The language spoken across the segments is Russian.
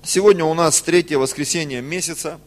Сегодня у нас третье воскресенье месяца,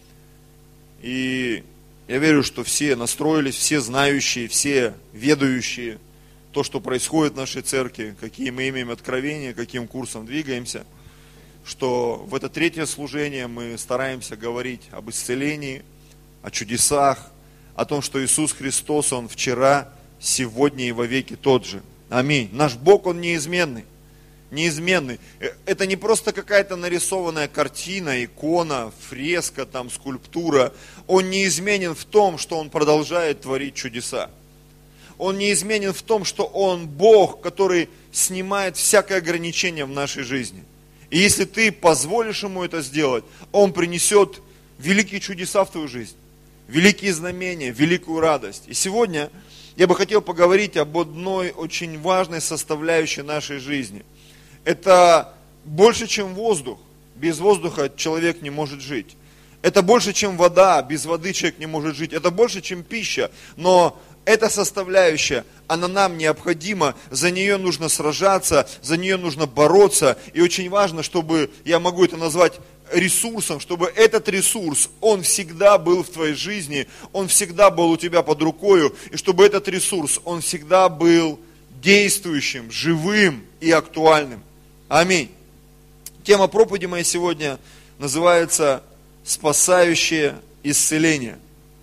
и я верю, что все настроились, все знающие, все ведающие то, что происходит в нашей церкви, какие мы имеем откровения, каким курсом двигаемся, что в это третье служение мы стараемся говорить об исцелении, о чудесах, о том, что Иисус Христос, Он вчера, сегодня и вовеки тот же. Аминь. Наш Бог, Он неизменный. Неизменный. Это не просто какая-то нарисованная картина, икона, фреска, там, скульптура. Он неизменен в том, что Он продолжает творить чудеса. Он неизменен в том, что Он Бог, который снимает всякое ограничение в нашей жизни. И если ты позволишь Ему это сделать, Он принесет великие чудеса в твою жизнь, великие знамения, великую радость. И сегодня я бы хотел поговорить об одной очень важной составляющей нашей жизни. Это больше, чем воздух. Без воздуха человек не может жить. Это больше, чем вода. Без воды человек не может жить. Это больше, чем пища. Но эта составляющая, она нам необходима. За нее нужно сражаться, за нее нужно бороться. И очень важно, чтобы, я могу это назвать ресурсом, чтобы этот ресурс, он всегда был в твоей жизни, он всегда был у тебя под рукою. И чтобы этот ресурс, он всегда был действующим, живым и актуальным. Аминь. Тема проповеди моей сегодня называется «Спасающее исцеление».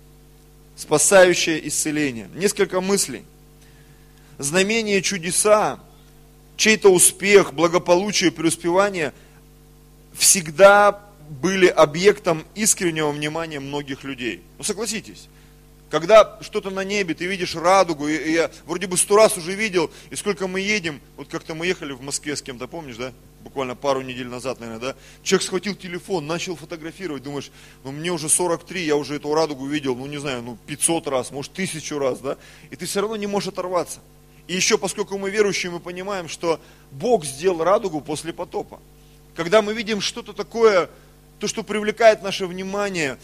Спасающее исцеление. Несколько мыслей. Знамения, чудеса, чей-то успех, благополучие, преуспевание всегда были объектом искреннего внимания многих людей. Ну согласитесь. Когда что-то на небе, ты видишь радугу, и я вроде бы 100 раз уже видел, и сколько мы едем, вот как-то мы ехали в Москве с кем-то, помнишь, да? Буквально пару недель назад, наверное, да? Человек схватил телефон, начал фотографировать, думаешь, ну мне уже 43, я уже эту радугу видел, ну не знаю, 500 раз, может 1000 раз, да? И ты все равно не можешь оторваться. И еще, поскольку мы верующие, мы понимаем, что Бог сделал радугу после потопа. Когда мы видим что-то такое, то, что привлекает наше внимание,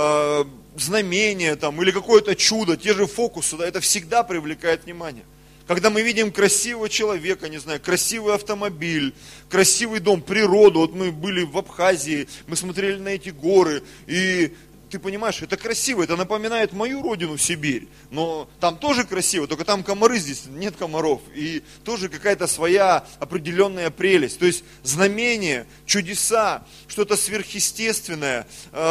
знамение там, или какое-то чудо, те же фокусы, да, это всегда привлекает внимание. Когда мы видим красивого человека, не знаю, красивый автомобиль, красивый дом, природу, вот мы были в Абхазии, мы смотрели на эти горы, и ты понимаешь, это красиво, это напоминает мою родину, Сибирь, но там тоже красиво, только там комары, здесь нет комаров, и тоже какая-то своя определенная прелесть. То есть знамения, чудеса, что-то сверхъестественное,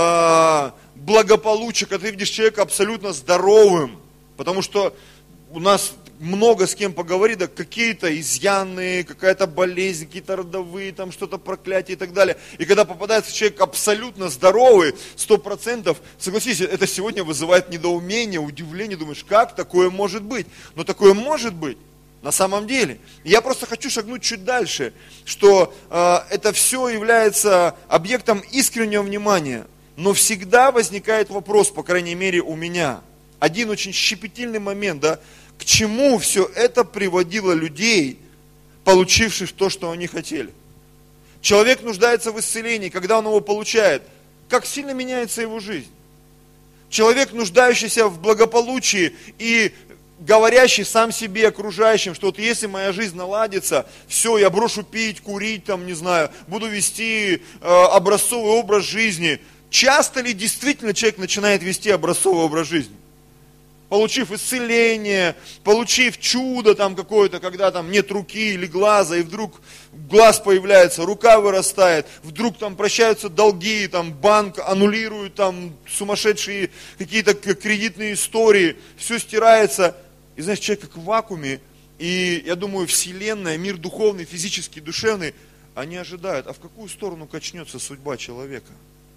благополучие, когда ты видишь человека абсолютно здоровым, потому что у нас много с кем поговорить, да, какие-то изъяны, какая-то болезнь, какие-то родовые, там что-то проклятие и так далее. И когда попадается человек абсолютно здоровый, 100%, согласись, это сегодня вызывает недоумение, удивление, думаешь, как такое может быть? Но такое может быть. На самом деле. Я просто хочу шагнуть чуть дальше, что это все является объектом искреннего внимания. Но всегда возникает вопрос, по крайней мере у меня, один очень щепетильный момент, да, к чему все это приводило людей, получивших то, что они хотели. Человек нуждается в исцелении, когда он его получает, как сильно меняется его жизнь. Человек, нуждающийся в благополучии и говорящий сам себе, окружающим, что вот если моя жизнь наладится, все, я брошу пить, курить, там, не знаю, буду вести образцовый образ жизни. Часто ли действительно человек начинает вести образцовый образ жизни? Получив исцеление, получив чудо там какое-то, когда там нет руки или глаза, и вдруг глаз появляется, рука вырастает, вдруг там прощаются долги, там банк аннулирует там сумасшедшие какие-то кредитные истории, все стирается, и знаешь, человек как в вакууме, и я думаю, вселенная, мир духовный, физический, душевный, они ожидают, а в какую сторону качнется судьба человека?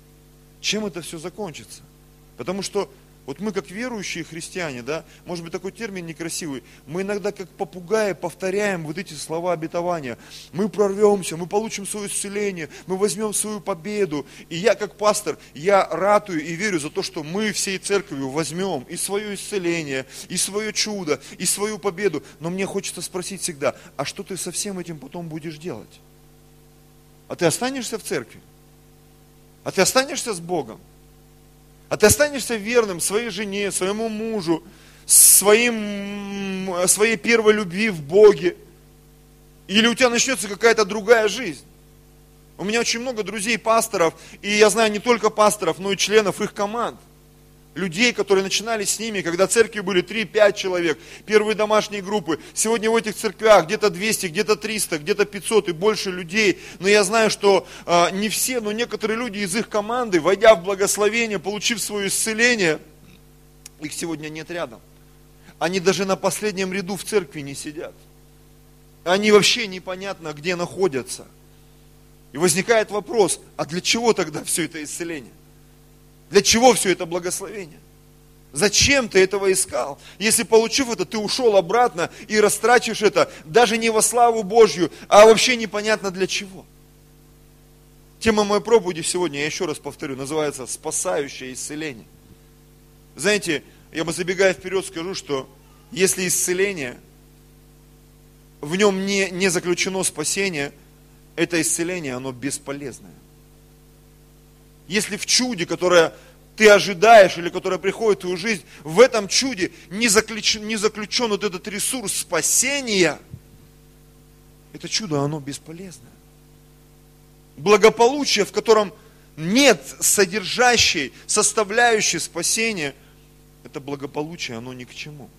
Чем это все закончится? Потому что вот мы, как верующие христиане, да, может быть, такой термин некрасивый, мы иногда, как попугаи, повторяем вот эти слова обетования. Мы прорвемся, мы получим свое исцеление, мы возьмем свою победу. И я, как пастор, я ратую и верю за то, что мы всей церковью возьмем и свое исцеление, и свое чудо, и свою победу. Но мне хочется спросить всегда, а что ты со всем этим потом будешь делать? А ты останешься в церкви? А ты останешься с Богом? А ты останешься верным своей жене, своему мужу, своей первой любви в Боге? Или у тебя начнется какая-то другая жизнь? У меня очень много друзей-пасторов, и я знаю не только пасторов, но и членов их команд. Людей, которые начинали с ними, когда церкви были 3-5 человек, первые домашние группы. Сегодня в этих церквях где-то 200, где-то 300, где-то 500 и больше людей. Но я знаю, что не все, но некоторые люди из их команды, войдя в благословение, получив свое исцеление, их сегодня нет рядом. Они даже на последнем ряду в церкви не сидят. Они вообще непонятно где находятся. И возникает вопрос, а для чего тогда все это исцеление? Для чего все это благословение? Зачем ты этого искал? Если, получив это, ты ушел обратно и растратишь это даже не во славу Божью, а вообще непонятно для чего. Тема моей проповеди сегодня, я еще раз повторю, называется «Спасающее исцеление». Знаете, я бы, забегая вперед, скажу, что если исцеление, в нем не заключено спасение, это исцеление, оно бесполезное. Если в чуде, которое ты ожидаешь или которое приходит в твою жизнь, в этом чуде не заключен вот этот ресурс спасения, это чудо, оно бесполезное. Благополучие, в котором нет содержащей, составляющей спасения, это благополучие, оно ни к чему.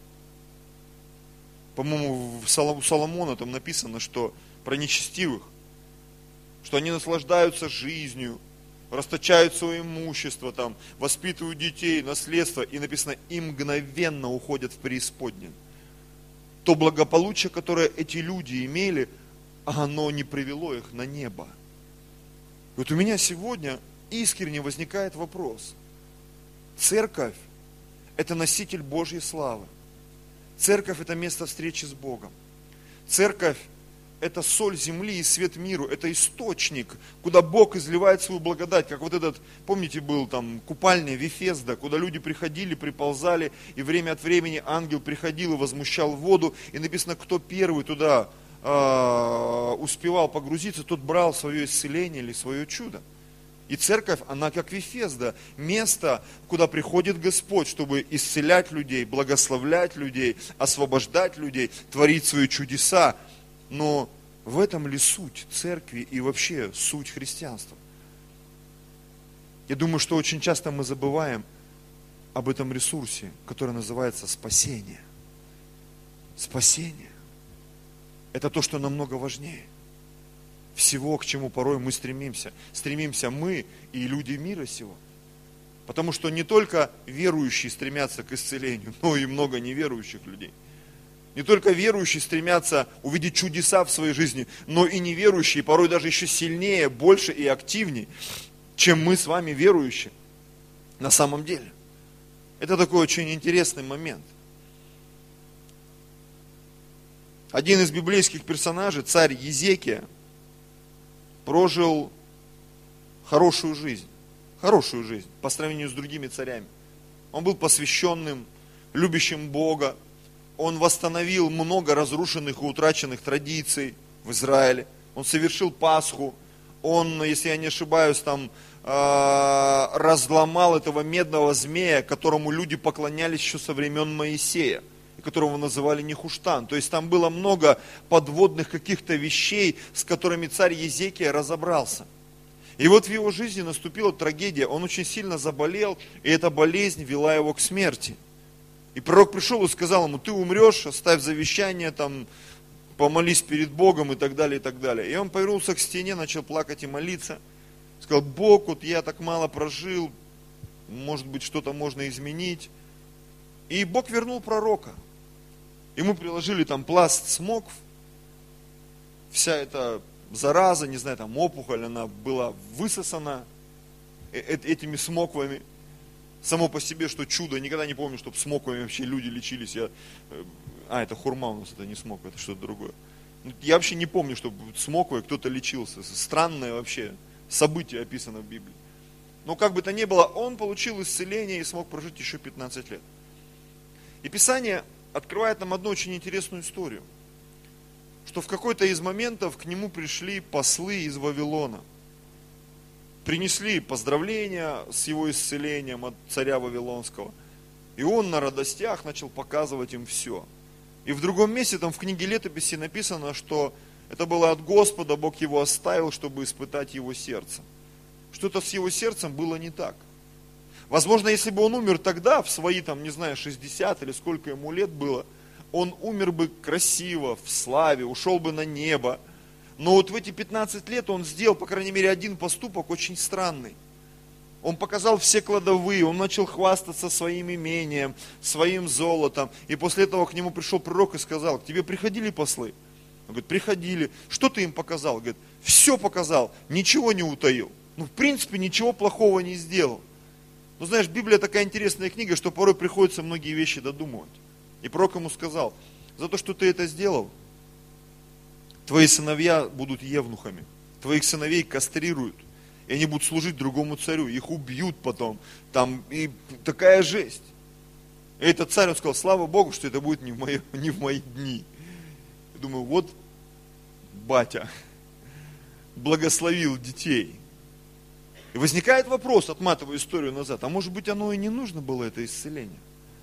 По-моему, у Соломона там написано, что про нечестивых, что они наслаждаются жизнью, расточают свое имущество, там, воспитывают детей, наследство, и написано, и мгновенно уходят в преисподнюю. То благополучие, которое эти люди имели, оно не привело их на небо. И вот у меня сегодня искренне возникает вопрос. Церковь – это носитель Божьей славы. Церковь – это место встречи с Богом. Церковь – это соль земли и свет миру, это источник, куда Бог изливает свою благодать, как вот этот, помните, был там купальня Вифезда, куда люди приходили, приползали, и время от времени ангел приходил и возмущал воду, и написано, кто первый туда успевал погрузиться, тот брал свое исцеление или свое чудо. И церковь, она как Вифезда, место, куда приходит Господь, чтобы исцелять людей, благословлять людей, освобождать людей, творить свои чудеса. Но в этом ли суть церкви и вообще суть христианства? Я думаю, что очень часто мы забываем об этом ресурсе, который называется спасение. Спасение. Это то, что намного важнее всего, к чему порой мы стремимся. Стремимся мы и люди мира сего. Потому что не только верующие стремятся к исцелению, но и много неверующих людей. Не только верующие стремятся увидеть чудеса в своей жизни, но и неверующие, порой даже еще сильнее, больше и активнее, чем мы с вами верующие на самом деле. Это такой очень интересный момент. Один из библейских персонажей, царь Езекия, прожил хорошую жизнь по сравнению с другими царями. Он был посвященным, любящим Бога. Он восстановил много разрушенных и утраченных традиций в Израиле. Он совершил Пасху. Он, если я не ошибаюсь, там разломал этого медного змея, которому люди поклонялись еще со времен Моисея, и которого называли Нехуштан. То есть там было много подводных каких-то вещей, с которыми царь Езекия разобрался. И вот в его жизни наступила трагедия. Он очень сильно заболел, и эта болезнь вела его к смерти. И пророк пришел и сказал ему, ты умрешь, оставь завещание, там, помолись перед Богом и так далее, и так далее. И он повернулся к стене, начал плакать и молиться. Сказал, Бог, вот я так мало прожил, может быть, что-то можно изменить. И Бог вернул пророка. Ему приложили там пласт смокв. Вся эта зараза, не знаю, там опухоль, она была высосана этими смоквами. Само по себе, что чудо, никогда не помню, чтобы смоквами вообще люди лечились. Это хурма у нас, это не смокв, это что-то другое. Я вообще не помню, чтобы смоквой кто-то лечился. Странное вообще событие описано в Библии. Но как бы то ни было, он получил исцеление и смог прожить еще 15 лет. И Писание открывает нам одну очень интересную историю. Что в какой-то из моментов к нему пришли послы из Вавилона. Принесли поздравления с его исцелением от царя Вавилонского. И он на радостях начал показывать им все. И в другом месте, там в книге летописи написано, что Это было от Господа, Бог его оставил, чтобы испытать его сердце. Что-то с его сердцем было не так. Возможно, если бы он умер тогда, в свои, 60 или сколько ему лет было, он умер бы красиво, в славе, ушел бы на небо. Но вот в эти 15 лет он сделал, по крайней мере, один поступок очень странный. Он показал все кладовые, он начал хвастаться своим имением, своим золотом. И после этого к нему пришел пророк и сказал: к тебе приходили послы? Он говорит: приходили. Что ты им показал? Говорит: все показал, ничего не утаил. В принципе, ничего плохого не сделал. Но знаешь, Библия такая интересная книга, что порой приходится многие вещи додумывать. И пророк ему сказал: за то, что ты это сделал, твои сыновья будут евнухами, твоих сыновей кастрируют, и они будут служить другому царю, их убьют потом, и такая жесть. И этот царь, он сказал: слава Богу, что это будет не в мои дни. Я думаю, вот батя благословил детей. И возникает вопрос, отматывая историю назад: а может быть, оно и не нужно было, это исцеление?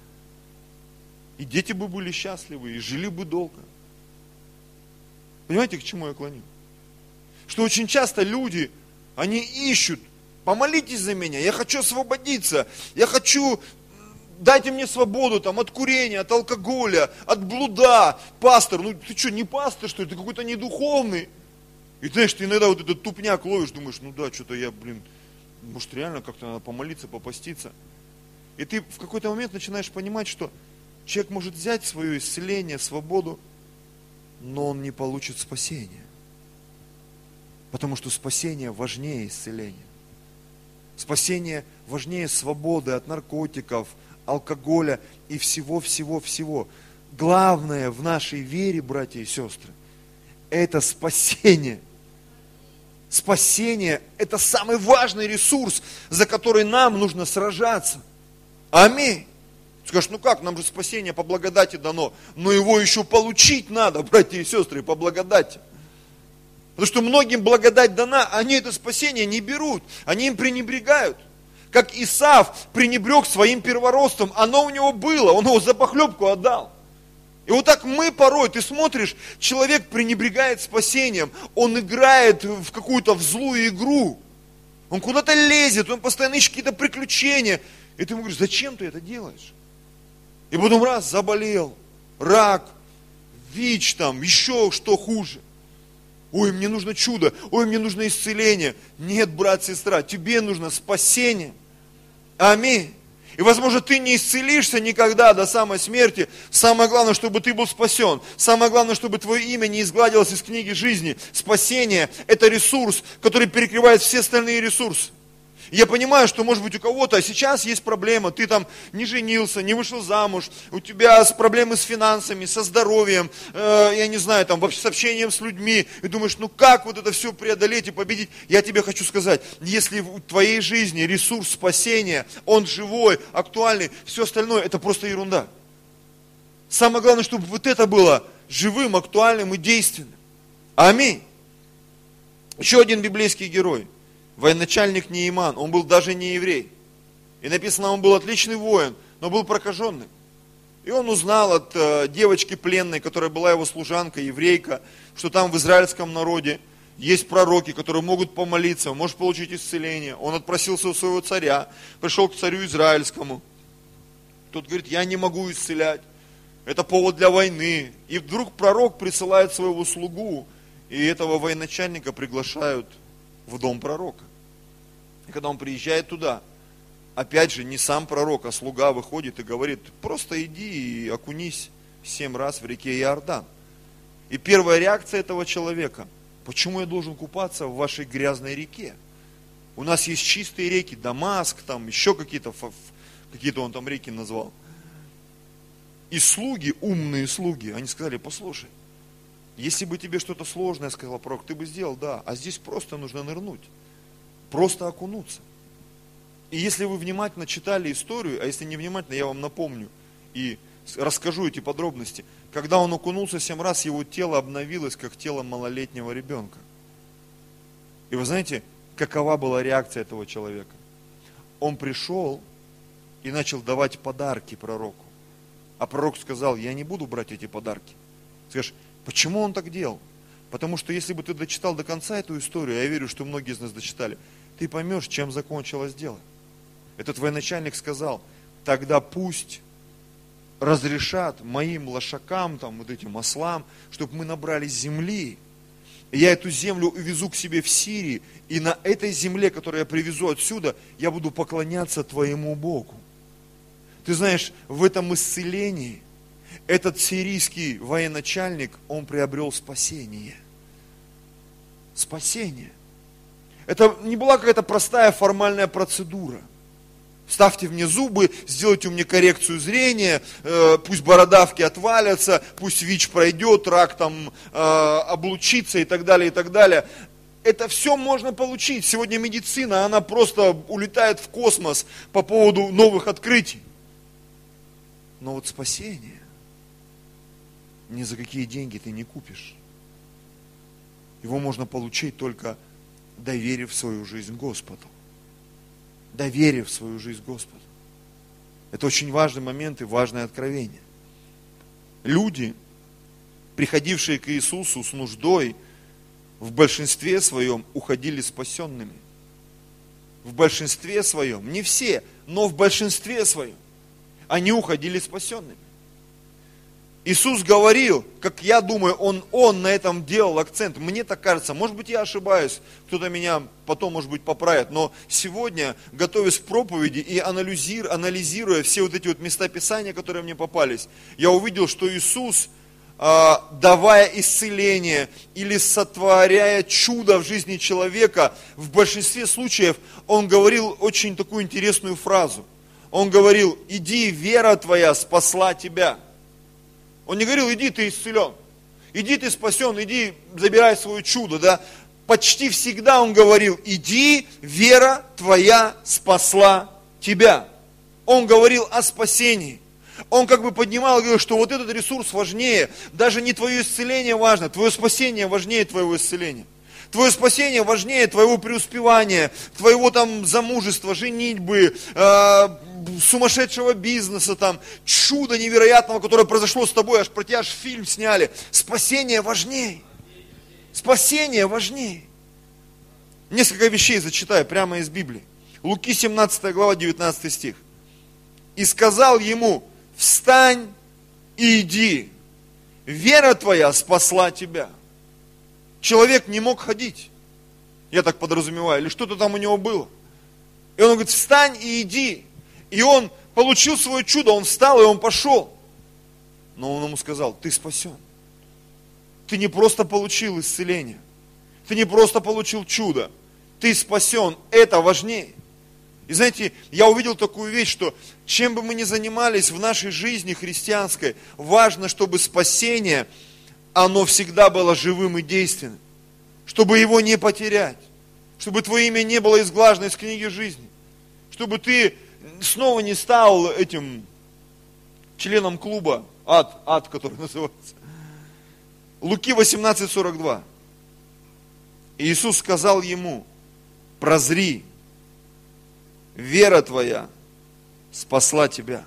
И дети бы были счастливы, и жили бы долго. Понимаете, к чему я клоню? Что очень часто люди, они ищут: помолитесь за меня, я хочу освободиться, я хочу, дайте мне свободу от курения, от алкоголя, от блуда. Пастор, ты что, не пастор, что ли, ты какой-то недуховный? И знаешь, ты иногда вот этот тупняк ловишь, думаешь: что-то я, может реально как-то надо помолиться, попаститься. И ты в какой-то момент начинаешь понимать, что человек может взять свое исцеление, свободу, но он не получит спасения. Потому что спасение важнее исцеления. Спасение важнее свободы от наркотиков, алкоголя и всего-всего-всего. Главное в нашей вере, братья и сестры, это спасение. Спасение – это самый важный ресурс, за который нам нужно сражаться. Аминь. Скажешь: как, нам же спасение по благодати дано, но его еще получить надо, братья и сестры, по благодати. Потому что многим благодать дана, они это спасение не берут, они им пренебрегают. Как Исав пренебрег своим первородством, оно у него было, он его за похлебку отдал. И вот так мы порой, ты смотришь, человек пренебрегает спасением, он играет в какую-то злую игру, он куда-то лезет, он постоянно ищет какие-то приключения. И ты ему говоришь: зачем ты это делаешь? И потом раз, заболел, рак, ВИЧ еще что хуже. Ой, мне нужно чудо, ой, мне нужно исцеление. Нет, брат, сестра, тебе нужно спасение. Аминь. И, возможно, ты не исцелишься никогда до самой смерти. Самое главное, чтобы ты был спасен. Самое главное, чтобы твое имя не изгладилось из книги жизни. Спасение – это ресурс, который перекрывает все остальные ресурсы. Я понимаю, что, может быть, у кого-то сейчас есть проблема, ты не женился, не вышел замуж, у тебя проблемы с финансами, со здоровьем, я не знаю, вообще с общением с людьми, и думаешь: как вот это все преодолеть и победить? Я тебе хочу сказать, если в твоей жизни ресурс спасения, он живой, актуальный, все остальное это просто ерунда. Самое главное, чтобы вот это было живым, актуальным и действенным. Аминь. Еще один библейский герой. Военачальник Неиман, он был даже не еврей. И написано, он был отличный воин, но был прокаженный. И он узнал от девочки пленной, которая была его служанкой, еврейка, что там в израильском народе есть пророки, которые могут помолиться, он может получить исцеление. Он отпросился у своего царя, пришел к царю израильскому. Тот говорит: я не могу исцелять, это повод для войны. И вдруг пророк присылает своего слугу, и этого военачальника приглашают в дом пророка. И когда он приезжает туда, опять же, не сам пророк, а слуга выходит и говорит: просто иди и окунись 7 раз в реке Иордан. И первая реакция этого человека: почему я должен купаться в вашей грязной реке? У нас есть чистые реки, Дамаск, еще какие-то он реки назвал. И слуги, умные слуги, они сказали: послушай, если бы тебе что-то сложное сказал пророк, ты бы сделал, да, а здесь просто нужно нырнуть, просто окунуться. И если вы внимательно читали историю, а если не внимательно, я вам напомню и расскажу эти подробности. Когда он окунулся 7 раз, его тело обновилось, как тело малолетнего ребенка. И вы знаете, какова была реакция этого человека? Он пришел и начал давать подарки пророку. А пророк сказал: я не буду брать эти подарки. Скажешь: почему он так делал? Потому что если бы ты дочитал до конца эту историю, я верю, что многие из нас дочитали, ты поймешь, чем закончилось дело. Этот военачальник сказал: тогда пусть разрешат моим лошакам, там, вот этим ослам, чтобы мы набрали земли. И я эту землю увезу к себе в Сирии, и на этой земле, которую я привезу отсюда, я буду поклоняться твоему Богу. Ты знаешь, в этом исцелении этот сирийский военачальник, он приобрел спасение. Спасение. Это не была какая-то простая формальная процедура. Вставьте мне зубы, сделайте у меня коррекцию зрения, пусть бородавки отвалятся, пусть ВИЧ пройдет, рак там облучится и так далее, и так далее. Это все можно получить. Сегодня медицина, она просто улетает в космос по поводу новых открытий. Но вот спасение ни за какие деньги ты не купишь. Его можно получить только доверив свою жизнь Господу. Доверив свою жизнь Господу. Это очень важный момент и важное откровение. Люди, приходившие к Иисусу с нуждой, в большинстве своем уходили спасенными. В большинстве своем, не все, но в большинстве своем, они уходили спасенными. Иисус говорил, как я думаю, Он на этом делал акцент. Мне так кажется, может быть, я ошибаюсь, кто-то меня потом, может быть, поправит, но сегодня, готовясь к проповеди и анализируя все вот эти вот места Писания, которые мне попались, я увидел, что Иисус, давая исцеление или сотворяя чудо в жизни человека, в большинстве случаев Он говорил очень такую интересную фразу. Он говорил: иди, вера твоя спасла тебя. Он не говорил: иди, ты исцелен, иди, ты спасен, иди, забирай свое чудо, да. Почти всегда он говорил: иди, вера твоя спасла тебя. Он говорил о спасении. Он как бы поднимал и говорил, что вот этот ресурс важнее, даже не твое исцеление важно, твое спасение важнее твоего исцеления. Твое спасение важнее твоего преуспевания, твоего там замужества, женитьбы, сумасшедшего бизнеса, там, чуда невероятного, которое произошло с тобой, аж про тебя аж фильм сняли. Спасение важнее. Спасение важнее. Несколько вещей зачитаю прямо из Библии. Луки 17 глава, 19 стих. И сказал ему: встань и иди, вера твоя спасла тебя. Человек не мог ходить, я так подразумеваю, или что-то там у него было. И он говорит: встань и иди. И он получил свое чудо, он встал и он пошел. Но он ему сказал: ты спасен. Ты не просто получил исцеление, ты не просто получил чудо, ты спасен, это важнее. И знаете, я увидел такую вещь, что чем бы мы ни занимались в нашей жизни христианской, важно, чтобы спасение, оно всегда было живым и действенным, чтобы его не потерять, чтобы твое имя не было изглажено из книги жизни, чтобы ты снова не стал этим членом клуба ад, который называется. Луки 18:42. Иисус сказал ему: прозри, вера твоя спасла тебя.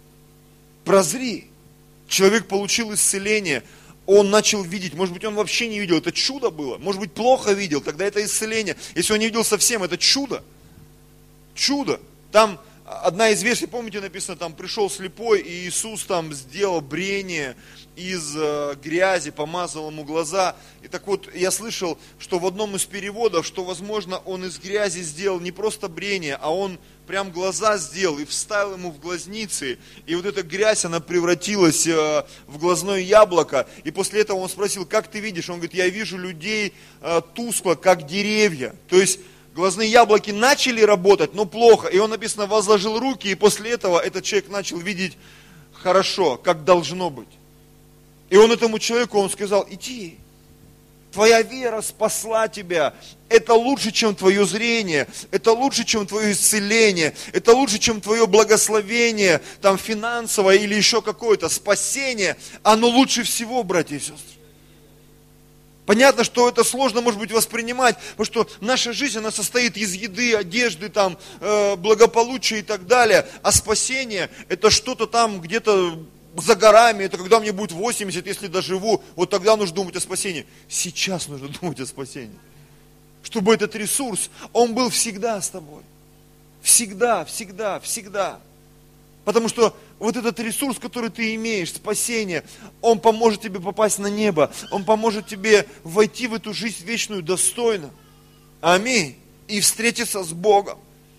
Прозри. Человек получил исцеление, он начал видеть, может быть, он вообще не видел, это чудо было, может быть, плохо видел, тогда это исцеление. Если он не видел совсем, это чудо. Чудо. Там одна из версий, помните, написано, там пришел слепой, и Иисус там сделал брение из грязи, помазал ему глаза. И так вот, я слышал, что в одном из переводов, что, возможно, он из грязи сделал не просто брение, а он прям глаза сделал и вставил ему в глазницы. И вот эта грязь, она превратилась в глазное яблоко. И после этого он спросил: как ты видишь? Он говорит: я вижу людей тускло, как деревья. То есть, глазные яблоки начали работать, но плохо. И он, написано, возложил руки, и после этого этот человек начал видеть хорошо, как должно быть. И он этому человеку, он сказал: иди, твоя вера спасла тебя. Это лучше, чем твое зрение, это лучше, чем твое исцеление, это лучше, чем твое благословение, там финансовое или еще какое-то спасение. Оно лучше всего, братья и сестры. Понятно, что это сложно, может быть, воспринимать, потому что наша жизнь, она состоит из еды, одежды, там, благополучия и так далее. А спасение, это что-то там где-то за горами, это когда мне будет 80, если доживу, вот тогда нужно думать о спасении. Сейчас нужно думать о спасении. Чтобы этот ресурс, он был всегда с тобой. Всегда, всегда, всегда. Потому что вот этот ресурс, который ты имеешь, спасение, он поможет тебе попасть на небо. Он поможет тебе войти в эту жизнь вечную достойно. Аминь. И встретиться с Богом.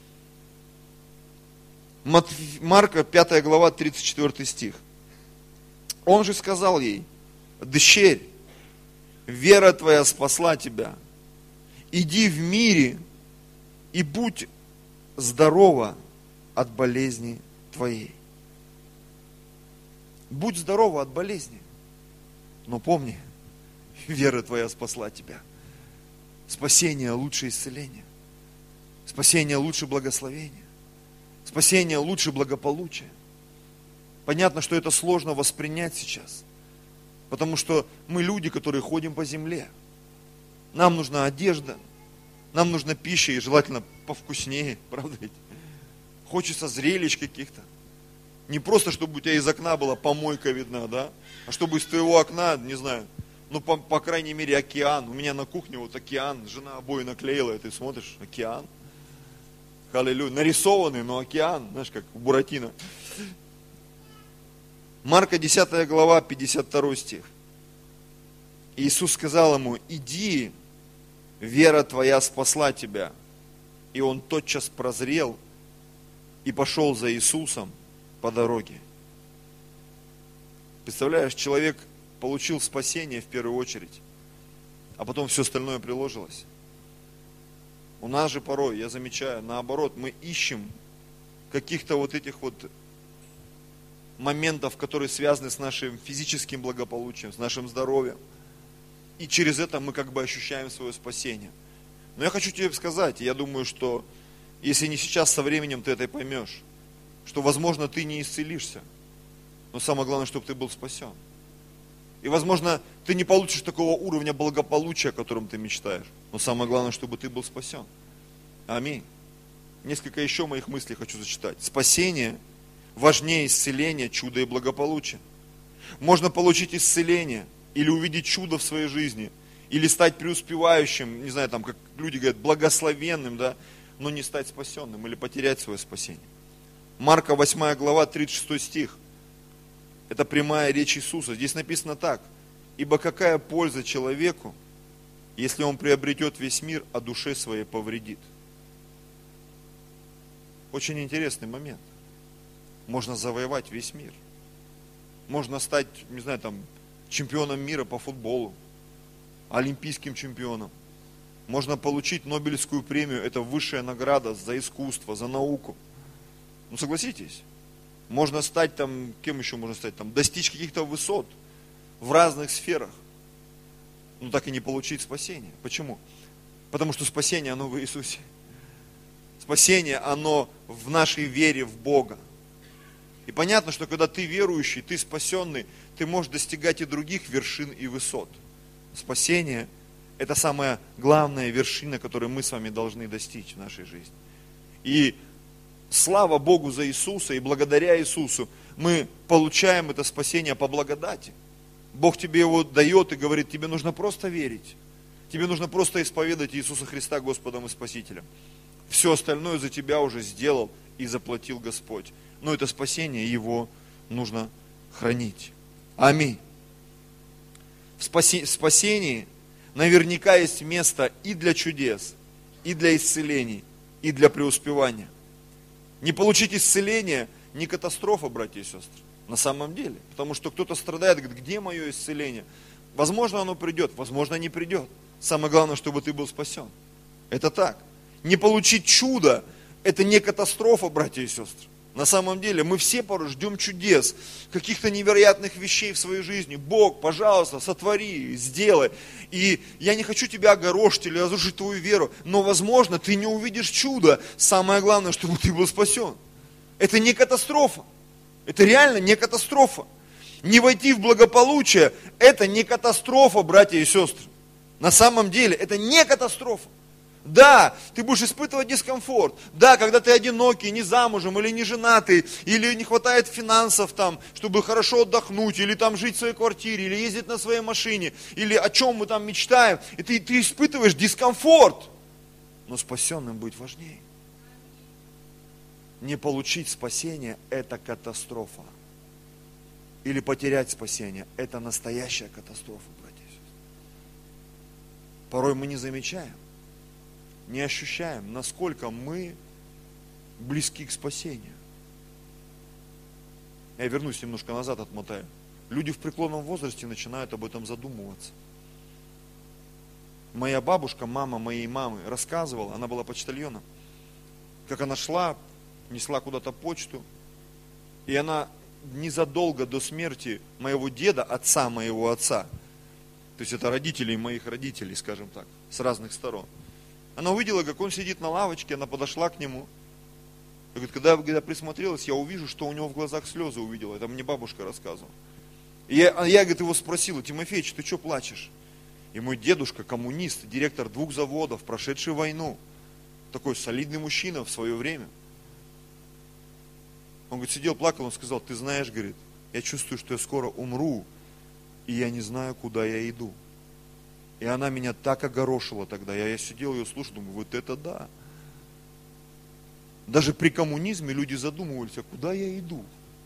Марка 5 глава, 34 стих. Он же сказал ей: дщерь, вера твоя спасла тебя. Иди в мире и будь здорова от болезни твоей. Будь здорова от болезни. Но помни, вера твоя спасла тебя. Спасение лучше исцеления. Спасение лучше благословения. Спасение лучше благополучия. Понятно, что это сложно воспринять сейчас. Потому что мы люди, которые ходим по земле. Нам нужна одежда, нам нужна пища, и желательно повкуснее, правда ведь? Хочется зрелищ каких-то. Не просто, чтобы у тебя из окна была помойка видна, да? А чтобы из твоего окна, не знаю, ну, по крайней мере, океан. У меня на кухне вот океан, жена обои наклеила, и ты смотришь, океан. Аллилуйя. Нарисованный, но океан, знаешь, как у Буратино. Марка 10 глава, 52 стих. Иисус сказал ему: иди, вера твоя спасла тебя. И он тотчас прозрел и пошел за Иисусом по дороге. Представляешь, человек получил спасение в первую очередь, а потом все остальное приложилось. У нас же порой, я замечаю, наоборот, мы ищем каких-то вот этих вот моментов, которые связаны с нашим физическим благополучием, с нашим здоровьем. И через это мы как бы ощущаем свое спасение. Но я хочу тебе сказать, я думаю, что если не сейчас, со временем ты это поймешь, что, возможно, ты не исцелишься, но самое главное, чтобы ты был спасен. И, возможно, ты не получишь такого уровня благополучия, о котором ты мечтаешь, но самое главное, чтобы ты был спасен. Аминь. Несколько еще моих мыслей хочу зачитать. Спасение важнее исцеления, чуда и благополучия. Можно получить исцеление или увидеть чудо в своей жизни, или стать преуспевающим, не знаю, там, как люди говорят, благословенным, да, но не стать спасенным или потерять свое спасение. Марка 8 глава, 36 стих. Это прямая речь Иисуса. Здесь написано так: ибо какая польза человеку, если он приобретет весь мир, а душе своей повредит? Очень интересный момент. Можно завоевать весь мир. Можно стать, не знаю, там, чемпионом мира по футболу, олимпийским чемпионом. Можно получить Нобелевскую премию, это высшая награда за искусство, за науку. Ну, согласитесь. Можно стать там, кем еще можно стать там, достичь каких-то высот в разных сферах, но так и не получить спасение. Почему? Потому что спасение, оно в Иисусе. Спасение, оно в нашей вере в Бога. И понятно, что когда ты верующий, ты спасенный, ты можешь достигать и других вершин и высот. Спасение – это самая главная вершина, которую мы с вами должны достичь в нашей жизни. И слава Богу за Иисуса, и благодаря Иисусу мы получаем это спасение по благодати. Бог тебе его дает и говорит: тебе нужно просто верить. Тебе нужно просто исповедать Иисуса Христа Господом и Спасителем. Все остальное за тебя уже сделал и заплатил Господь. Но это спасение, его нужно хранить. Аминь. В спасении наверняка есть место и для чудес, и для исцелений, и для преуспевания. Не получить исцеление не катастрофа, братья и сестры, на самом деле. Потому что кто-то страдает, говорит: где мое исцеление? Возможно, оно придет, возможно, не придет. Самое главное, чтобы ты был спасен. Это так. Не получить чудо, это не катастрофа, братья и сестры. На самом деле, мы все порой ждем чудес, каких-то невероятных вещей в своей жизни. Бог, пожалуйста, сотвори, сделай. И я не хочу тебя огорошить или разрушить твою веру, но, возможно, ты не увидишь чудо. Самое главное, чтобы ты был спасен. Это не катастрофа. Это реально не катастрофа. Не войти в благополучие, это не катастрофа, братья и сестры. На самом деле, это не катастрофа. Да, ты будешь испытывать дискомфорт. Да, когда ты одинокий, не замужем, или не женатый, или не хватает финансов там, чтобы хорошо отдохнуть, или там жить в своей квартире, или ездить на своей машине, или о чем мы там мечтаем. И ты испытываешь дискомфорт. Но спасенным быть важнее. Не получить спасение – это катастрофа. Или потерять спасение – это настоящая катастрофа, братья и сестры. Порой мы не замечаем, не ощущаем, насколько мы близки к спасению. Я вернусь немножко назад, отмотаю. Люди в преклонном возрасте начинают об этом задумываться. Моя бабушка, мама моей мамы, рассказывала, она была почтальоном, как она шла, несла куда-то почту, и она незадолго до смерти моего деда, отца моего отца, то есть это родителей моих родителей, скажем так, с разных сторон, она увидела, как он сидит на лавочке, она подошла к нему, и говорит, когда присмотрелась, я увижу, что у него в глазах слезы увидела, это мне бабушка рассказывала. И я говорит, его спросила, Тимофеич, ты что плачешь? И мой дедушка, коммунист, директор 2 заводов, прошедший войну, такой солидный мужчина в свое время. Он говорит, сидел, плакал, он сказал, ты знаешь, говорит, я чувствую, что я скоро умру, и я не знаю, куда я иду. И она меня так огорошила тогда, я сидел ее слушал, думаю, вот это да. Даже при коммунизме люди задумывались, а куда я иду?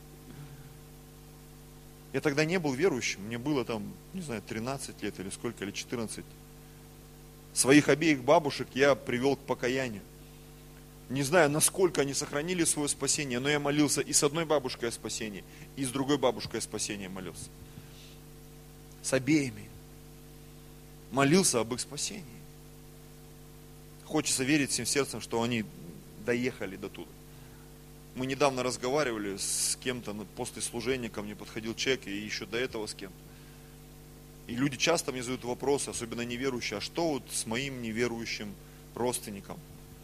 Я тогда не был верующим, мне было там, не знаю, 13 лет или сколько, или 14. Своих обеих бабушек я привел к покаянию. Не знаю, насколько они сохранили свое спасение, но я молился и с одной бабушкой о спасении, и с другой бабушкой о спасении молился. С обеими. Молился об их спасении. Хочется верить всем сердцем, что они доехали до туда. Мы недавно разговаривали с кем-то, после служения ко мне подходил человек, и еще до этого с кем-то. И люди часто мне задают вопросы, особенно неверующие, а что вот с моим неверующим родственником?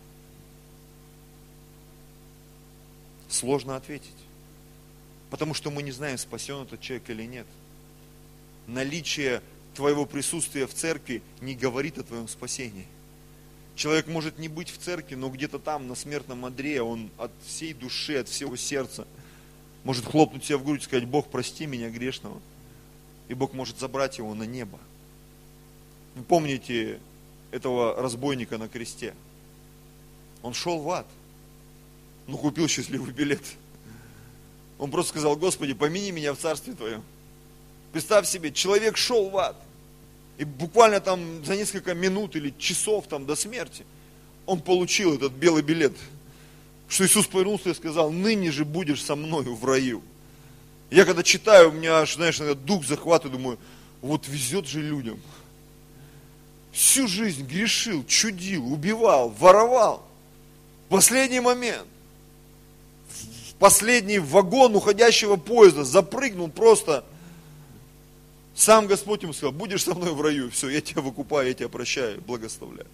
Сложно ответить. Потому что мы не знаем, спасен этот человек или нет. Наличие твоего присутствия в церкви не говорит о твоем спасении. Человек может не быть в церкви, но где-то там, на смертном одре, он от всей души, от всего сердца может хлопнуть себя в грудь и сказать, Бог, прости меня грешного. И Бог может забрать его на небо. Вы помните этого разбойника на кресте? Он шел в ад, но купил счастливый билет. Он просто сказал, Господи, помяни меня в царстве Твоем. Представь себе, человек шел в ад. И буквально там за несколько минут или часов там до смерти он получил этот белый билет. Что Иисус повернулся и сказал, ныне же будешь со мною в раю. Я когда читаю, у меня аж, знаешь, дух захватывает, думаю, вот везет же людям. Всю жизнь грешил, чудил, убивал, воровал. В последний момент, в последний вагон уходящего поезда запрыгнул просто. Сам Господь ему сказал, будешь со мной в раю, все, я тебя выкупаю, я тебя прощаю, благословляю.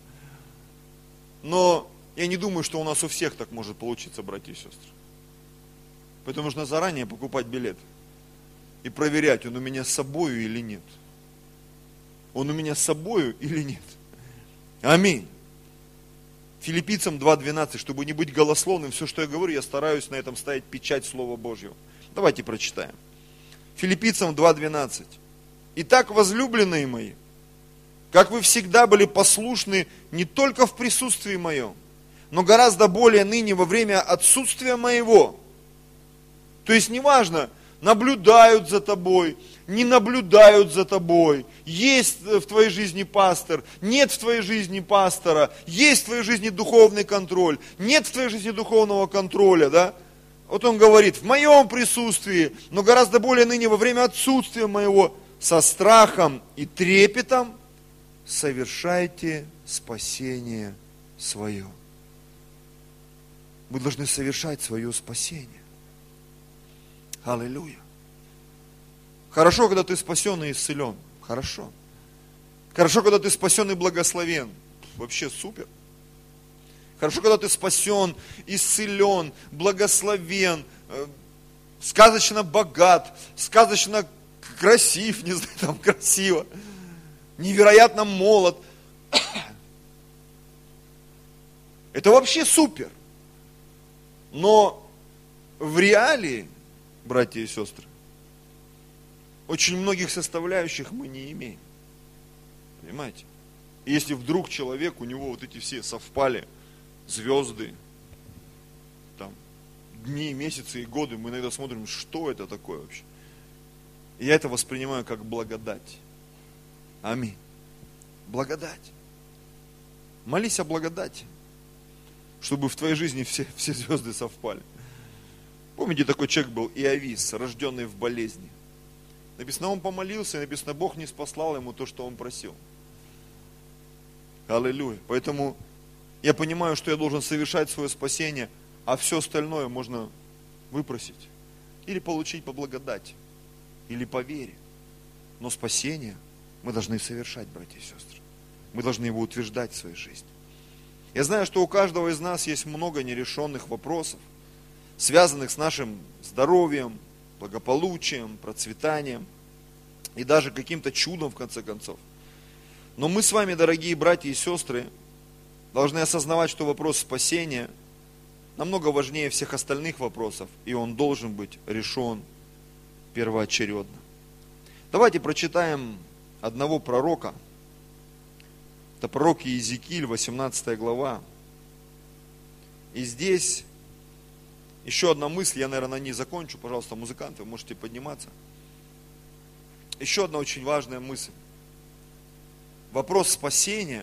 Но я не думаю, что у нас у всех так может получиться, братья и сестры. Поэтому нужно заранее покупать билет и проверять, он у меня с собою или нет. Он у меня с собою или нет. Аминь. Филиппийцам 2:12, чтобы не быть голословным, все, что я говорю, я стараюсь на этом ставить печать Слова Божьего. Давайте прочитаем. Филиппийцам 2:12. Итак, возлюбленные мои, как вы всегда были послушны не только в присутствии моем, но гораздо более ныне во время отсутствия моего. То есть неважно, наблюдают за тобой, не наблюдают за тобой, есть в твоей жизни пастор, нет в твоей жизни пастора, есть в твоей жизни духовный контроль, нет в твоей жизни духовного контроля, да? Вот он говорит, в моем присутствии, но гораздо более ныне во время отсутствия моего, со страхом и трепетом совершайте спасение свое. Мы должны совершать свое спасение. Аллилуйя. Хорошо, когда ты спасен и исцелен. Хорошо. Хорошо, когда ты спасен и благословен. Вообще супер. Хорошо, когда ты спасен, исцелен, благословен, сказочно богат, сказочно красив, не знаю, там красиво, невероятно молод. Это вообще супер. Но в реалии, братья и сестры, очень многих составляющих мы не имеем. Понимаете? И если вдруг человек, у него вот эти все совпали, звезды, там, дни, месяцы и годы, мы иногда смотрим, что это такое вообще. И я это воспринимаю как благодать. Аминь. Благодать. Молись о благодати, чтобы в твоей жизни все звезды совпали. Помните, такой человек был Иовис, рожденный в болезни. Написано, он помолился, и написано, Бог не спаслал ему то, что он просил. Аллилуйя. Поэтому я понимаю, что я должен совершать свое спасение, а все остальное можно выпросить. Или получить по благодати, или по вере. Но спасение мы должны совершать, братья и сестры. Мы должны его утверждать в своей жизни. Я знаю, что у каждого из нас есть много нерешенных вопросов, связанных с нашим здоровьем, благополучием, процветанием и даже каким-то чудом, в конце концов. Но мы с вами, дорогие братья и сестры, должны осознавать, что вопрос спасения намного важнее всех остальных вопросов, и он должен быть решен первоочередно. Давайте прочитаем одного пророка. Это пророк Иезекииль, 18 глава. И здесь еще одна мысль, я, наверное, на ней закончу. Пожалуйста, музыканты, вы можете подниматься. Еще одна очень важная мысль. Вопрос спасения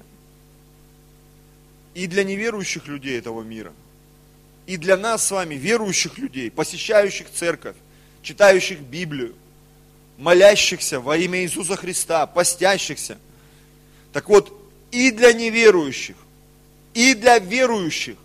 и для неверующих людей этого мира, и для нас с вами, верующих людей, посещающих церковь, читающих Библию, молящихся во имя Иисуса Христа, постящихся. Так вот, и для неверующих, и для верующих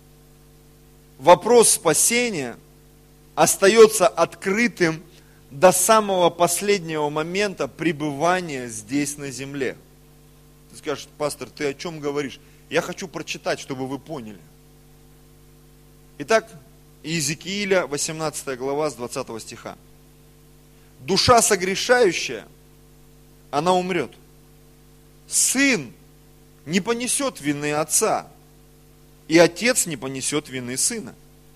вопрос спасения остается открытым до самого последнего момента пребывания здесь на земле. Ты скажешь, пастор, ты о чем говоришь? Я хочу прочитать, чтобы вы поняли. Итак, Иезекииля, 18 глава, с 20 стиха. Душа согрешающая, она умрет. Сын не понесет вины отца, и отец не понесет вины сына.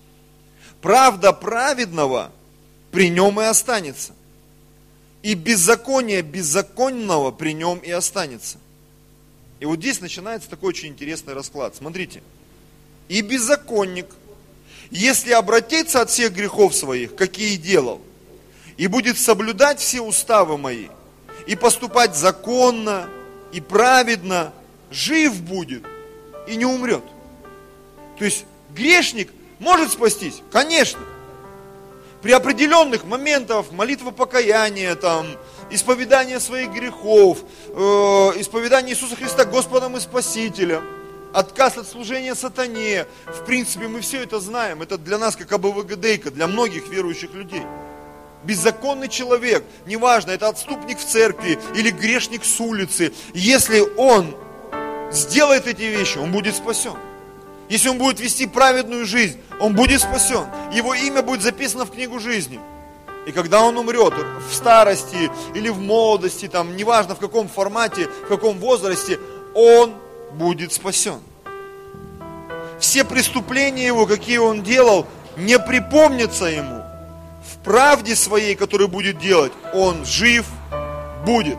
Правда праведного при нем и останется, и беззаконие беззаконного при нем и останется. И вот здесь начинается такой очень интересный расклад. Смотрите. И беззаконник, если обратится от всех грехов своих, какие делал, и будет соблюдать все уставы мои, и поступать законно, и праведно, жив будет и не умрет. То есть грешник может спастись? Конечно. При определенных моментах молитва покаяния, там, исповедание своих грехов, исповедание Иисуса Христа Господом и Спасителем, отказ от служения сатане. В принципе, мы все это знаем. Это для нас как АБВГДейка, для многих верующих людей. Беззаконный человек, неважно, это отступник в церкви или грешник с улицы, если он сделает эти вещи, он будет спасен. Если он будет вести праведную жизнь, он будет спасен. Его имя будет записано в книгу жизни. И когда он умрет, в старости или в молодости, там, неважно в каком формате, в каком возрасте, он будет спасен. Все преступления его, какие он делал, не припомнятся ему. В правде своей, которую будет делать, он жив будет.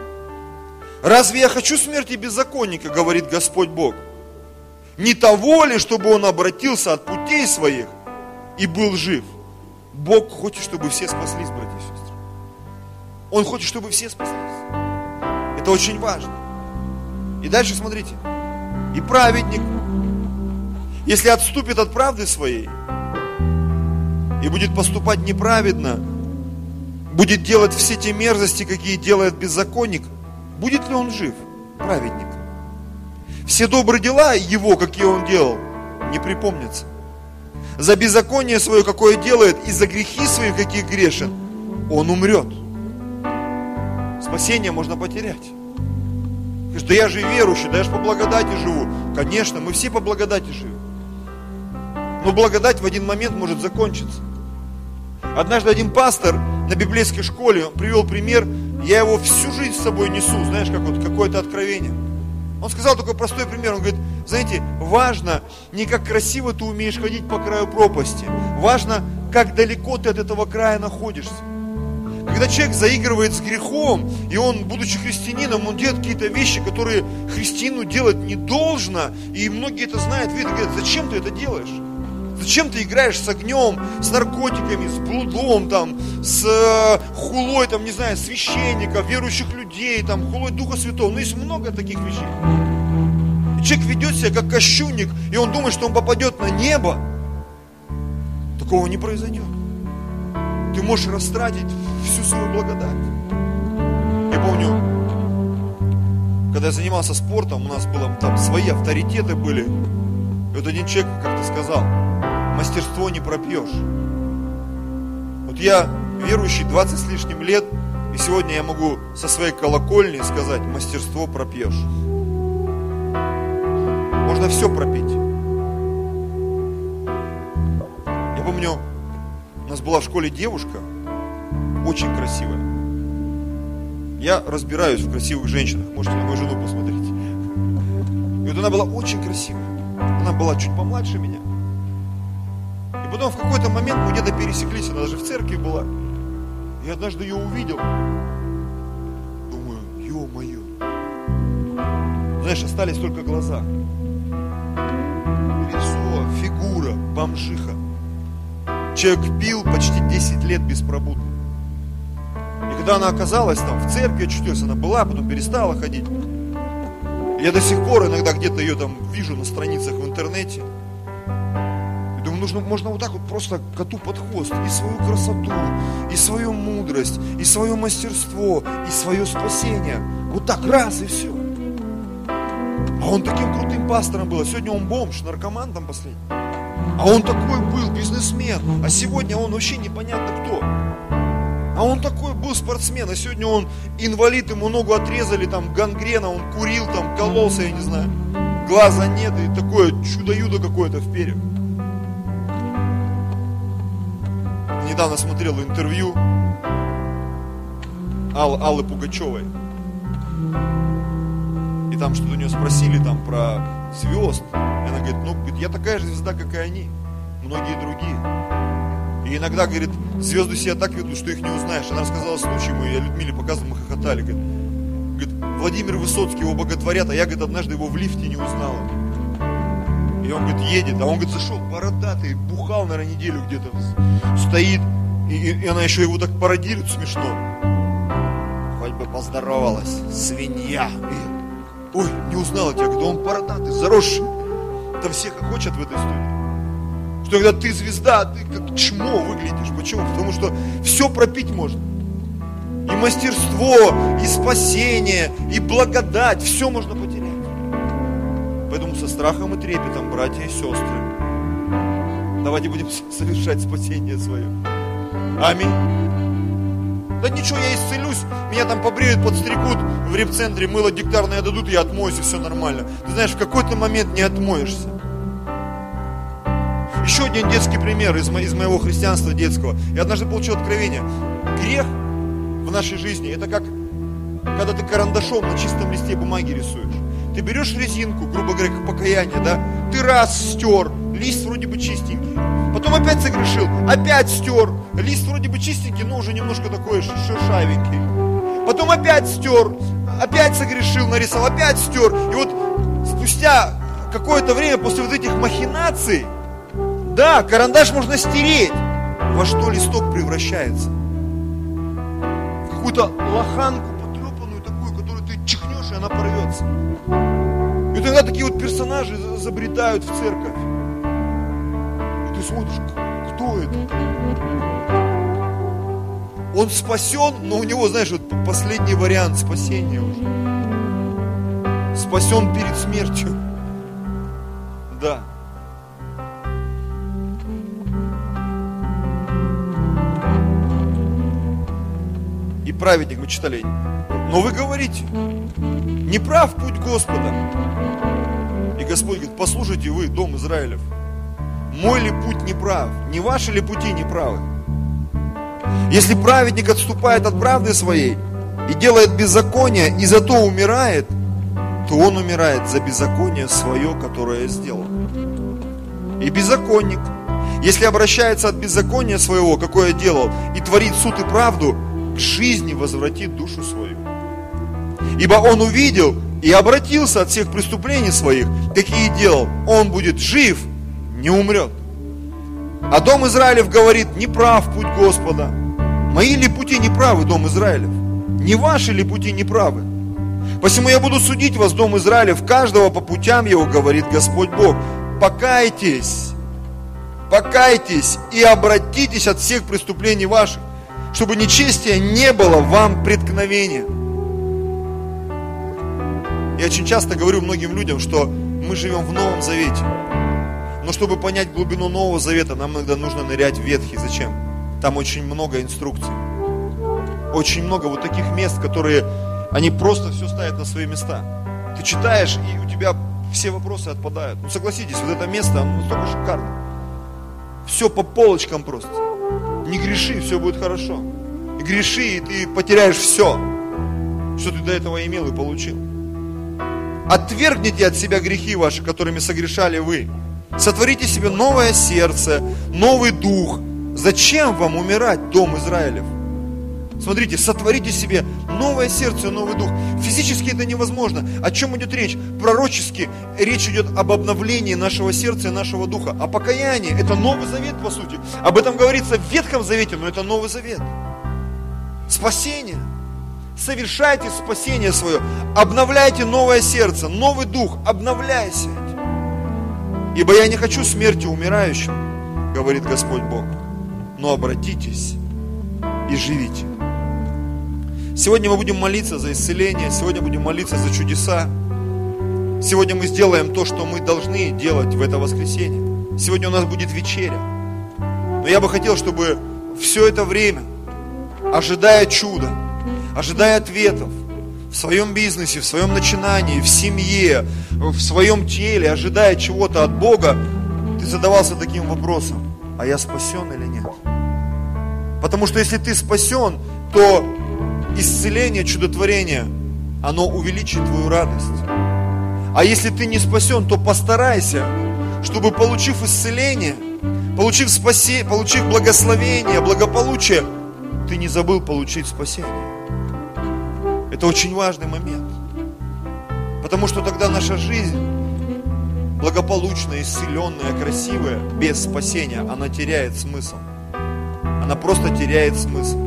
Разве я хочу смерти беззаконника, говорит Господь Бог? Не того ли, чтобы он обратился от путей своих и был жив? Бог хочет, чтобы все спаслись, братья и сестры. Он хочет, чтобы все спаслись. Это очень важно. И дальше смотрите. И праведник, если отступит от правды своей и будет поступать неправедно, будет делать все те мерзости, какие делает беззаконник, будет ли он жив, праведник? Все добрые дела его, какие он делал, не припомнятся. За беззаконие свое, какое делает, и за грехи свои, какие грешен, он умрет. Спасение можно потерять. Скажешь, да я же верующий, да я же по благодати живу. Конечно, мы все по благодати живем. Но благодать в один момент может закончиться. Однажды один пастор на библейской школе привел пример, я его всю жизнь с собой несу, знаешь, как вот какое-то откровение. Он сказал такой простой пример, он говорит, знаете, важно не как красиво ты умеешь ходить по краю пропасти. Важно, как далеко ты от этого края находишься. Когда человек заигрывает с грехом, и он, будучи христианином, он делает какие-то вещи, которые христианину делать не должно, и многие это знают, видят, говорят, зачем ты это делаешь? Зачем ты играешь с огнем, с наркотиками, с блудом, там, с хулой, там, не знаю, священников, верующих людей, там, хулой Духа Святого. Ну, есть много таких вещей. И человек ведет себя как кощунник, и он думает, что он попадет на небо. Такого не произойдет. Ты можешь растратить всю свою благодать. Я помню, когда я занимался спортом, у нас было там свои авторитеты были. И вот один человек как-то сказал: мастерство не пропьешь. Вот я верующий 20 с лишним лет, и сегодня я могу со своей колокольни сказать: мастерство пропьешь. Можно все пропить. Я помню, у нас была в школе девушка, очень красивая. Я разбираюсь в красивых женщинах, можете на мою жену посмотреть. И вот она была очень красивая. Она была чуть помладше меня. И потом в какой-то момент мы где-то пересеклись, она даже в церкви была. И однажды ее увидел. Думаю, ё-моё. Знаешь, остались только глаза. Лицо, фигура, бомжиха. Человек пил почти 10 лет беспробудно. И когда она оказалась там в церкви, очутилась, она была, потом перестала ходить. Я до сих пор иногда где-то ее там вижу на страницах в интернете. И думаю, можно вот так вот просто коту под хвост. И свою красоту, и свою мудрость, и свое мастерство, и свое спасение. Вот так раз и все. А он таким крутым пастором был. А сегодня он бомж, наркоман там последний. А он такой был, бизнесмен. А сегодня он вообще непонятно кто. А он такой был спортсмен, а сегодня он инвалид, ему ногу отрезали, там гангрена, он курил, там кололся, я не знаю. Глаза нет, и такое чудо-юдо какое-то в перьях. Недавно смотрел интервью Аллы Пугачевой. И там что-то у нее спросили там про звезд. И она говорит, ну, я такая же звезда, как и они, многие другие. И иногда, говорит, звезды себя так ведут, что их не узнаешь. Она рассказала случай, я Людмиле показывал, мы хохотали. Говорит, Владимир Высоцкий его боготворят, а я, говорит, однажды его в лифте не узнала. И он, говорит, едет, а он, говорит, зашел бородатый, бухал, наверное, неделю где-то, стоит. И она еще его так пародирует смешно. Хоть бы поздоровалась, свинья. И, ой, не узнала тебя, говорит, он бородатый, заросший. Там все хохочут в этой истории. Что когда ты звезда, ты как чмо выглядишь. Почему? Потому что все пропить можно. И мастерство, и спасение, и благодать, все можно потерять. Поэтому со страхом и трепетом, братья и сестры, давайте будем совершать спасение свое. Аминь. Да ничего, я исцелюсь, меня там побреют, подстригут в репцентре, мыло дегтярное дадут, я отмоюсь, и все нормально. Ты знаешь, в какой-то момент не отмоешься. Еще один детский пример из моего христианства детского. Я однажды получил откровение. Грех в нашей жизни, это как, когда ты карандашом на чистом листе бумаги рисуешь. Ты берешь резинку, грубо говоря, как покаяние, да? Ты раз стер, лист вроде бы чистенький. Потом опять согрешил, опять стер. Лист вроде бы чистенький, но уже немножко такой шершавенький. Потом опять стер, опять согрешил, нарисовал, опять стер. И вот спустя какое-то время после вот этих махинаций, да, карандаш можно стереть. Во что листок превращается? В какую-то лоханку потрепанную такую, которую ты чихнешь, и она порвется. И тогда такие вот персонажи забредают в церковь. И ты смотришь, кто это? Он спасен, но у него, знаешь, вот последний вариант спасения уже. Спасен перед смертью. Да. И праведник, мы читали, но вы говорите, не прав путь Господа. И Господь говорит, послушайте вы, дом Израилев, мой ли путь не прав, не ваши ли пути не правы? Если праведник отступает от правды своей и делает беззаконие, и зато умирает, то он умирает за беззаконие свое, которое сделал. И беззаконник, если обращается от беззакония своего, какое делал, и творит суд и правду, к жизни возвратит душу свою. Ибо он увидел и обратился от всех преступлений своих, какие делал, он будет жив, не умрет. А дом Израилев говорит: не прав путь Господа. Мои ли пути неправы, дом Израилев? Не ваши ли пути неправы? Посему я буду судить вас, дом Израилев, каждого по путям его, говорит Господь Бог. Покайтесь, покайтесь и обратитесь от всех преступлений ваших, чтобы нечестие не было вам преткновением. Я очень часто говорю многим людям, что мы живем в Новом Завете. Но чтобы понять глубину Нового Завета, нам иногда нужно нырять в Ветхий. Зачем? Там очень много инструкций. Очень много вот таких мест, которые, они просто все ставят на свои места. Ты читаешь, и у тебя все вопросы отпадают. Ну согласитесь, вот это место, оно настолько шикарно. Все по полочкам просто. Не греши, все будет хорошо. Греши, и ты потеряешь все, что ты до этого имел и получил. Отвергните от себя грехи ваши, которыми согрешали вы. Сотворите себе новое сердце, новый дух. Зачем вам умирать, дом Израилев? Смотрите, сотворите себе новое сердце, новый дух. Физически это невозможно. О чем идет речь? Пророчески речь идет об обновлении нашего сердца и нашего духа. О покаянии. Это Новый Завет, по сути. Об этом говорится в Ветхом Завете, но это Новый Завет. Спасение. Совершайте спасение свое. Обновляйте новое сердце, новый дух. Обновляйся. Ибо я не хочу смерти умирающим, говорит Господь Бог. Но обратитесь и живите. Сегодня мы будем молиться за исцеление, сегодня будем молиться за чудеса. Сегодня мы сделаем то, что мы должны делать в это воскресенье. Сегодня у нас будет вечеря. Но я бы хотел, чтобы все это время, ожидая чуда, ожидая ответов в своем бизнесе, в своем начинании, в семье, в своем теле, ожидая чего-то от Бога, ты задавался таким вопросом: а я спасен или нет? Потому что если ты спасен, то исцеление, чудотворение, оно увеличит твою радость. А если ты не спасен, то постарайся, чтобы, получив исцеление, получив спасение, получив благословение, благополучие, ты не забыл получить спасение. Это очень важный момент. Потому что тогда наша жизнь, благополучная, исцеленная, красивая, без спасения, она теряет смысл. Она просто теряет смысл.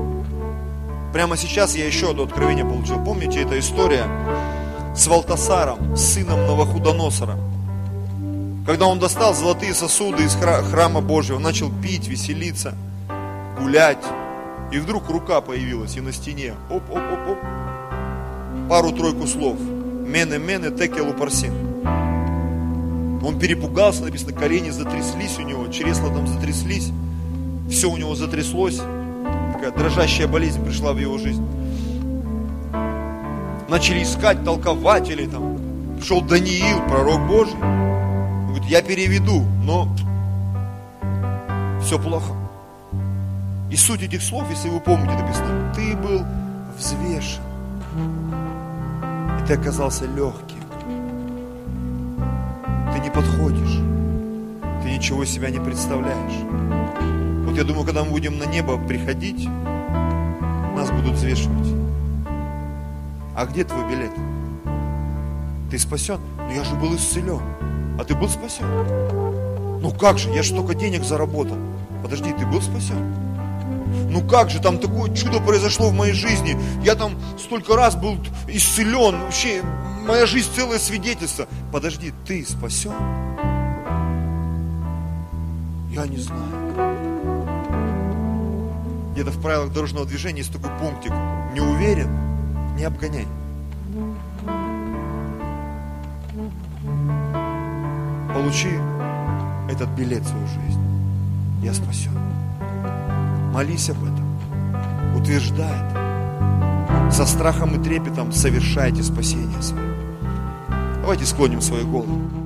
Прямо сейчас я еще одно откровение получил. Помните, эта история с Валтасаром, сыном Навуходоносора? Когда он достал золотые сосуды из храма Божьего, начал пить, веселиться, гулять. И вдруг рука появилась и на стене. Оп-оп-оп-оп. Пару-тройку слов. Мене-мене текелу парсин. Он перепугался, написано, колени затряслись у него, чресла там затряслись. Все у него затряслось. Такая дрожащая болезнь пришла в его жизнь. Начали искать толкователей там. Пришел Даниил, пророк Божий. Он говорит: я переведу, но все плохо. И суть этих слов, если вы помните, написано: ты был взвешен, и ты оказался легким. Ты не подходишь, ты ничего из себя не представляешь. Вот я думаю, когда мы будем на небо приходить, нас будут взвешивать. А где твой билет? Ты спасен? Ну я же был исцелен. А ты был спасен? Ну как же, я же столько денег заработал. Подожди, ты был спасен? Ну как же, там такое чудо произошло в моей жизни. Я там столько раз был исцелен. Вообще, моя жизнь целое свидетельство. Подожди, ты спасен? Я не знаю. Где-то в правилах дорожного движения есть такой пунктик: не уверен, не обгоняй. Получи этот билет в свою жизнь. Я спасен. Молись об этом. Утверждай это. Со страхом и трепетом совершайте спасение свое. Давайте склоним свои головы.